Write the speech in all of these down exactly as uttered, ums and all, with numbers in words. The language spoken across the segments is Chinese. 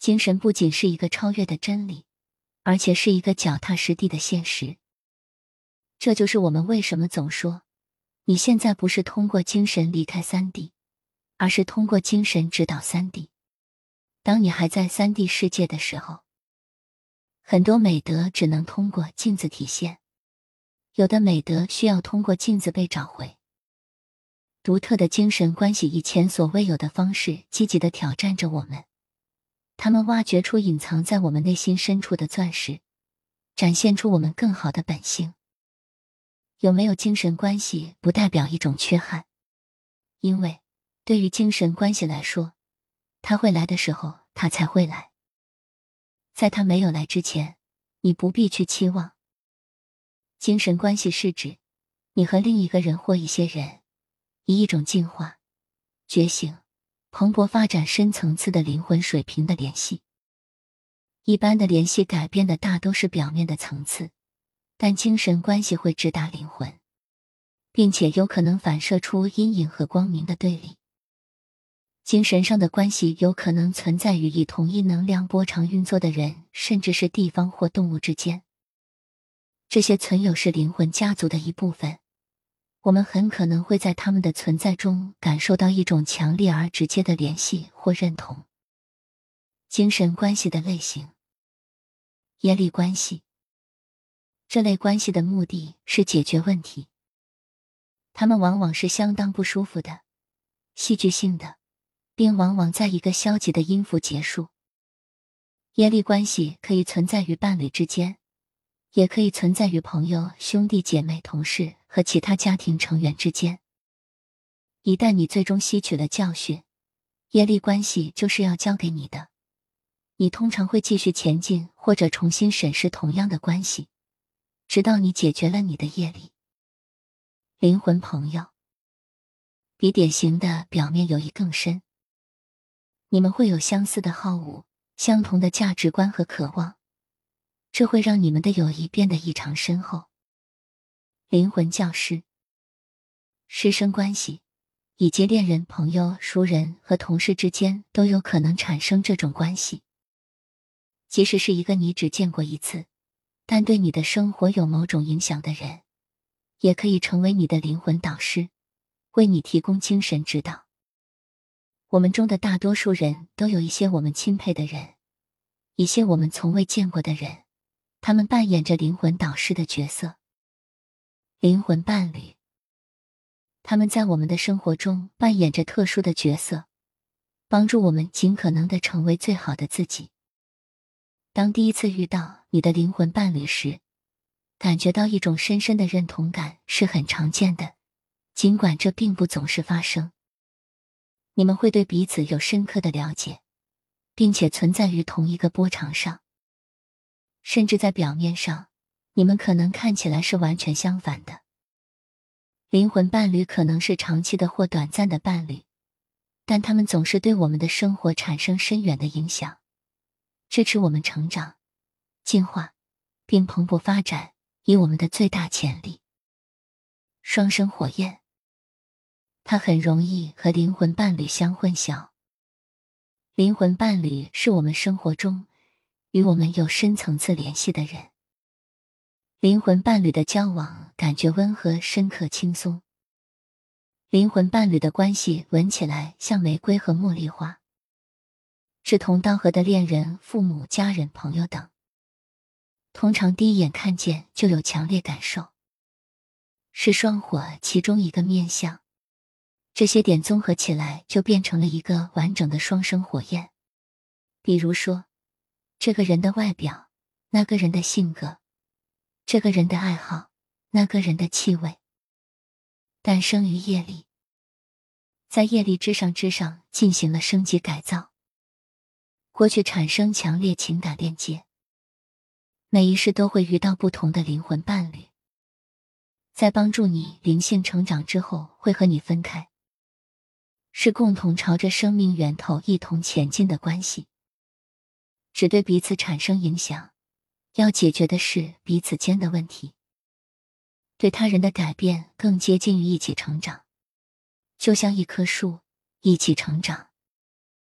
精神不仅是一个超越的真理，而且是一个脚踏实地的现实。这就是我们为什么总说，你现在不是通过精神离开三 D， 而是通过精神指导三 D。当你还在三 D 世界的时候，很多美德只能通过镜子体现，有的美德需要通过镜子被找回。独特的精神关系以前所未有的方式积极地挑战着我们，它们挖掘出隐藏在我们内心深处的钻石，展现出我们更好的本性。有没有精神关系不代表一种缺憾，因为对于精神关系来说，它会来的时候它才会来，在它没有来之前，你不必去期望。精神关系是指你和另一个人或一些人以一种进化、觉醒、蓬勃发展深层次的灵魂水平的联系。一般的联系改变的大都是表面的层次，但精神关系会直达灵魂，并且有可能反射出阴影和光明的对立。精神上的关系有可能存在于以同一能量波长运作的人，甚至是地方或动物之间。这些存有是灵魂家族的一部分，我们很可能会在他们的存在中感受到一种强烈而直接的联系或认同。精神关系的类型。业力关系。这类关系的目的是解决问题，它们往往是相当不舒服的、戏剧性的，并往往在一个消极的音符结束。业力关系可以存在于伴侣之间，也可以存在于朋友、兄弟姐妹、同事和其他家庭成员之间。一旦你最终吸取了教训，业力关系就是要交给你的。你通常会继续前进，或者重新审视同样的关系，直到你解决了你的业力。灵魂朋友比典型的表面友谊更深，你们会有相似的好恶，相同的价值观和渴望，这会让你们的友谊变得异常深厚。灵魂教师。师生关系以及恋人、朋友、熟人和同事之间都有可能产生这种关系。即使是一个你只见过一次，但对你的生活有某种影响的人，也可以成为你的灵魂导师，为你提供精神指导。我们中的大多数人都有一些我们钦佩的人，一些我们从未见过的人，他们扮演着灵魂导师的角色。灵魂伴侣。他们在我们的生活中扮演着特殊的角色，帮助我们尽可能地成为最好的自己。当第一次遇到你的灵魂伴侣时，感觉到一种深深的认同感是很常见的，尽管这并不总是发生。你们会对彼此有深刻的了解，并且存在于同一个波长上。甚至在表面上，你们可能看起来是完全相反的。灵魂伴侣可能是长期的或短暂的伴侣，但他们总是对我们的生活产生深远的影响，支持我们成长、进化，并蓬勃发展，以我们的最大潜力。双生火焰。它很容易和灵魂伴侣相混淆。灵魂伴侣是我们生活中与我们有深层次联系的人。灵魂伴侣的交往感觉温和、深刻、轻松。灵魂伴侣的关系闻起来像玫瑰和茉莉花。志同道合的恋人、父母、家人、朋友等，通常第一眼看见就有强烈感受，是双火其中一个面向。这些点综合起来就变成了一个完整的双生火焰。比如说，这个人的外表，那个人的性格，这个人的爱好，那个人的气味。诞生于业力，在业力之上之上进行了升级改造。过去产生强烈情感链接，每一世都会遇到不同的灵魂伴侣，在帮助你灵性成长之后会和你分开，是共同朝着生命源头一同前进的关系，只对彼此产生影响，要解决的是彼此间的问题，对他人的改变更接近于一起成长，就像一棵树，一起成长。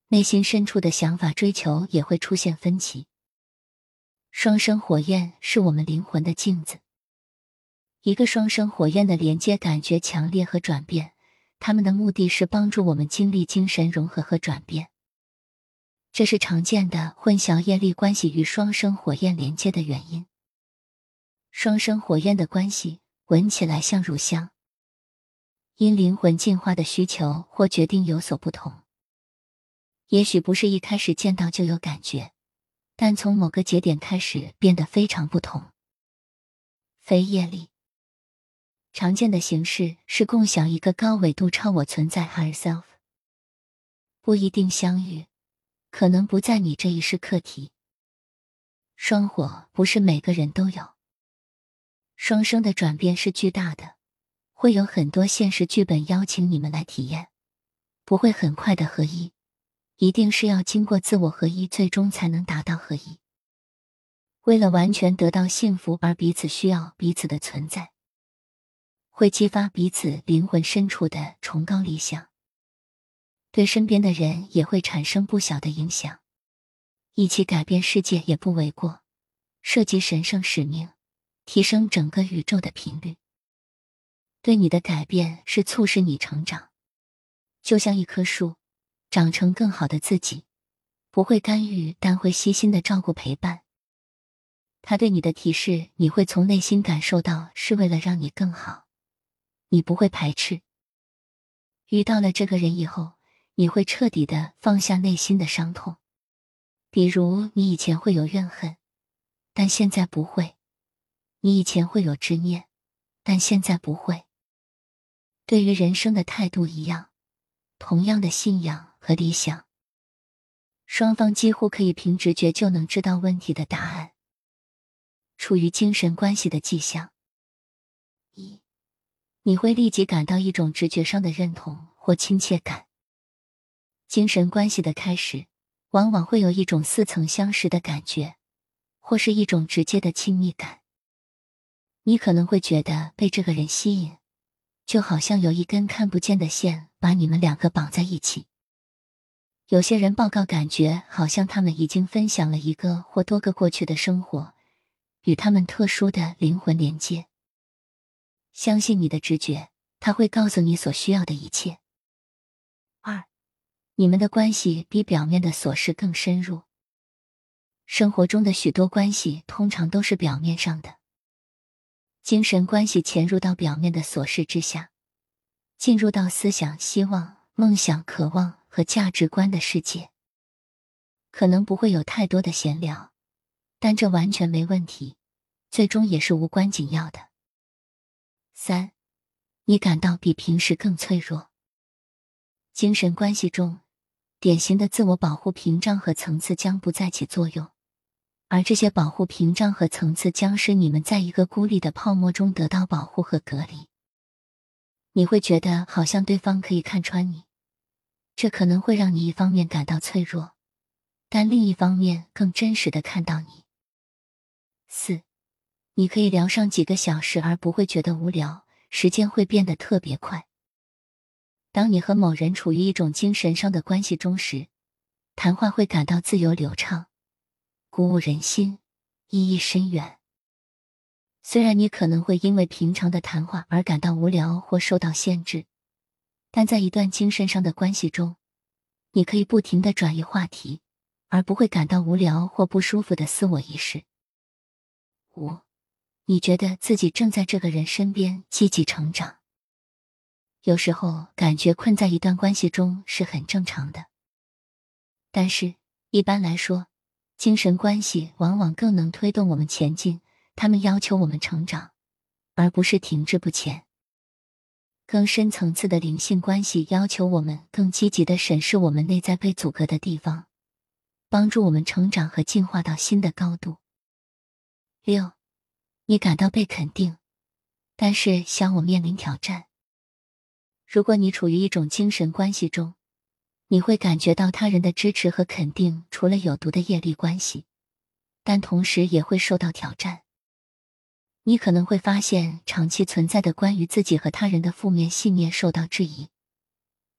内心深处的想法追求也会出现分歧。双生火焰是我们灵魂的镜子，一个双生火焰的连接感觉强烈和转变，它们的目的是帮助我们经历精神融合和转变。这是常见的混淆业力关系与双生火焰连接的原因。双生火焰的关系闻起来像乳香，因灵魂进化的需求或决定有所不同。也许不是一开始见到就有感觉，但从某个节点开始变得非常不同。非业力常见的形式是共享一个高纬度超我存在 Higher Self， 不一定相遇，可能不在你这一世课题。双火不是每个人都有。双生的转变是巨大的，会有很多现实剧本邀请你们来体验，不会很快的合一，一定是要经过自我合一，最终才能达到合一。为了完全得到幸福而彼此需要彼此的存在，会激发彼此灵魂深处的崇高理想，对身边的人也会产生不小的影响。一起改变世界也不为过，涉及神圣使命，提升整个宇宙的频率。对你的改变是促使你成长，就像一棵树长成更好的自己，不会干预，但会悉心的照顾陪伴。他对你的提示，你会从内心感受到是为了让你更好，你不会排斥。遇到了这个人以后，你会彻底的放下内心的伤痛。比如你以前会有怨恨，但现在不会；你以前会有执念，但现在不会。对于人生的态度一样，同样的信仰和理想，双方几乎可以凭直觉就能知道问题的答案。处于精神关系的迹象：一，你会立即感到一种直觉上的认同或亲切感。精神关系的开始，往往会有一种似曾相识的感觉，或是一种直接的亲密感。你可能会觉得被这个人吸引，就好像有一根看不见的线把你们两个绑在一起。有些人报告感觉好像他们已经分享了一个或多个过去的生活，与他们特殊的灵魂连接。相信你的直觉，它会告诉你所需要的一切。二，你们的关系比表面的琐事更深入。生活中的许多关系通常都是表面上的。精神关系潜入到表面的琐事之下，进入到思想、希望、梦想、渴望和价值观的世界。可能不会有太多的闲聊，但这完全没问题，最终也是无关紧要的。三，你感到比平时更脆弱。精神关系中，典型的自我保护屏障和层次将不再起作用，而这些保护屏障和层次将使你们在一个孤立的泡沫中得到保护和隔离。你会觉得好像对方可以看穿你，这可能会让你一方面感到脆弱，但另一方面更真实地看到你。四，你可以聊上几个小时而不会觉得无聊，时间会变得特别快。当你和某人处于一种精神上的关系中时，谈话会感到自由流畅，鼓舞人心，意义深远。虽然你可能会因为平常的谈话而感到无聊或受到限制，但在一段精神上的关系中，你可以不停地转移话题，而不会感到无聊或不舒服的自我意识。五，你觉得自己正在这个人身边积极成长。有时候感觉困在一段关系中是很正常的，但是一般来说，精神关系往往更能推动我们前进，它们要求我们成长，而不是停滞不前。更深层次的灵性关系要求我们更积极地审视我们内在被阻隔的地方，帮助我们成长和进化到新的高度。六，你感到被肯定，但是小我面临挑战。如果你处于一种精神关系中，你会感觉到他人的支持和肯定，除了有毒的业力关系，但同时也会受到挑战。你可能会发现长期存在的关于自己和他人的负面信念受到质疑，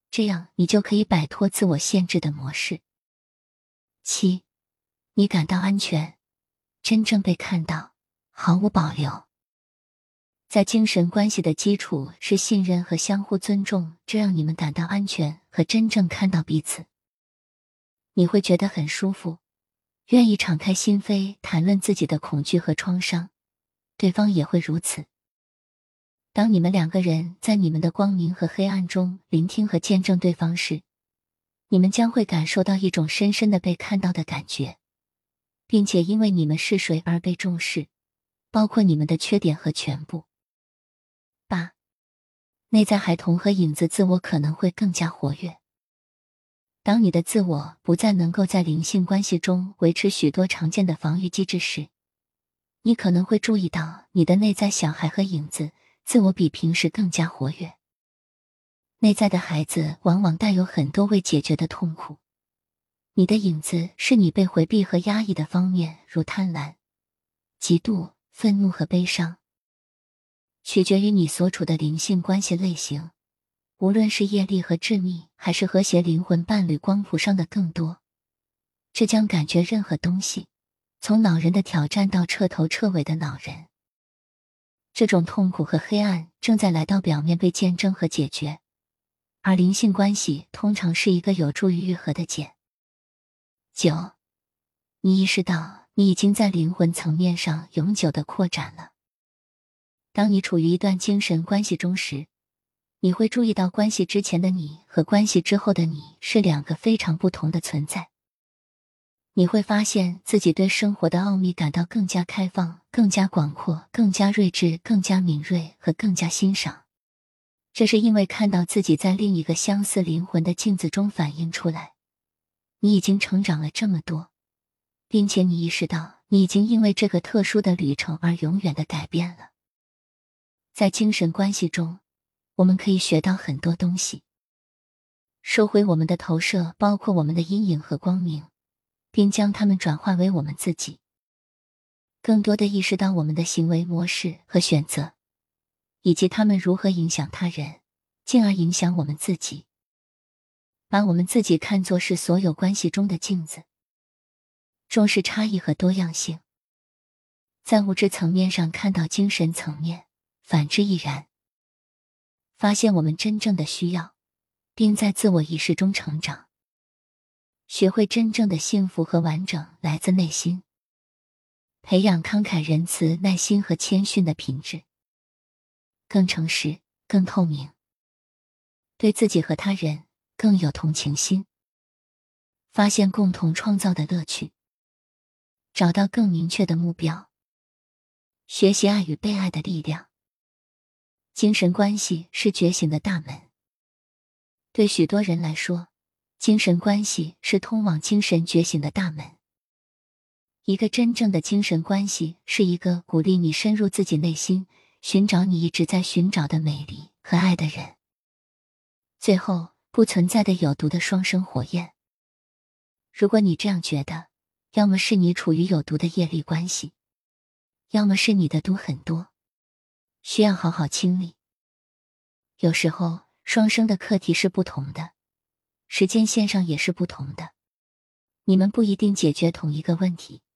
这样你就可以摆脱自我限制的模式。七，你感到安全，真正被看到，毫无保留。在精神关系的基础是信任和相互尊重，这让你们感到安全和真正看到彼此。你会觉得很舒服，愿意敞开心扉谈论自己的恐惧和创伤，对方也会如此。当你们两个人在你们的光明和黑暗中聆听和见证对方时，你们将会感受到一种深深的被看到的感觉，并且因为你们是谁而被重视，包括你们的缺点和全部。八，内在孩童和影子自我可能会更加活跃。当你的自我不再能够在灵性关系中维持许多常见的防御机制时，你可能会注意到你的内在小孩和影子自我比平时更加活跃。内在的孩子往往带有很多未解决的痛苦，你的影子是你被回避和压抑的方面，如贪婪、嫉妒、愤怒和悲伤。取决于你所处的灵性关系类型，无论是业力和致密，还是和谐灵魂伴侣光谱上的更多，这将感觉任何东西，从恼人的挑战到彻头彻尾的恼人。这种痛苦和黑暗正在来到表面被见证和解决，而灵性关系通常是一个有助于愈合的茧。九，你意识到你已经在灵魂层面上永久地扩展了。当你处于一段精神关系中时，你会注意到关系之前的你和关系之后的你是两个非常不同的存在。你会发现自己对生活的奥秘感到更加开放、更加广阔、更加睿智、更加敏锐和更加欣赏。这是因为看到自己在另一个相似灵魂的镜子中反映出来。你已经成长了这么多，并且你意识到你已经因为这个特殊的旅程而永远的改变了。在精神关系中，我们可以学到很多东西，收回我们的投射，包括我们的阴影和光明，并将它们转化为我们自己。更多的意识到我们的行为模式和选择，以及它们如何影响他人，进而影响我们自己。把我们自己看作是所有关系中的镜子，重视差异和多样性。在物质层面上看到精神层面，反之亦然。发现我们真正的需要，并在自我意识中成长。学会真正的幸福和完整来自内心。培养慷慨仁慈、耐心和谦逊的品质。更诚实，更透明。对自己和他人更有同情心。发现共同创造的乐趣。找到更明确的目标。学习爱与被爱的力量。精神关系是觉醒的大门。对许多人来说，精神关系是通往精神觉醒的大门。一个真正的精神关系是一个鼓励你深入自己内心，寻找你一直在寻找的美丽和爱的人。最后，不存在的有毒的双生火焰。如果你这样觉得，要么是你处于有毒的业力关系，要么是你的毒很多，需要好好清理。有时候，双生的课题是不同的，时间线上也是不同的。你们不一定解决同一个问题，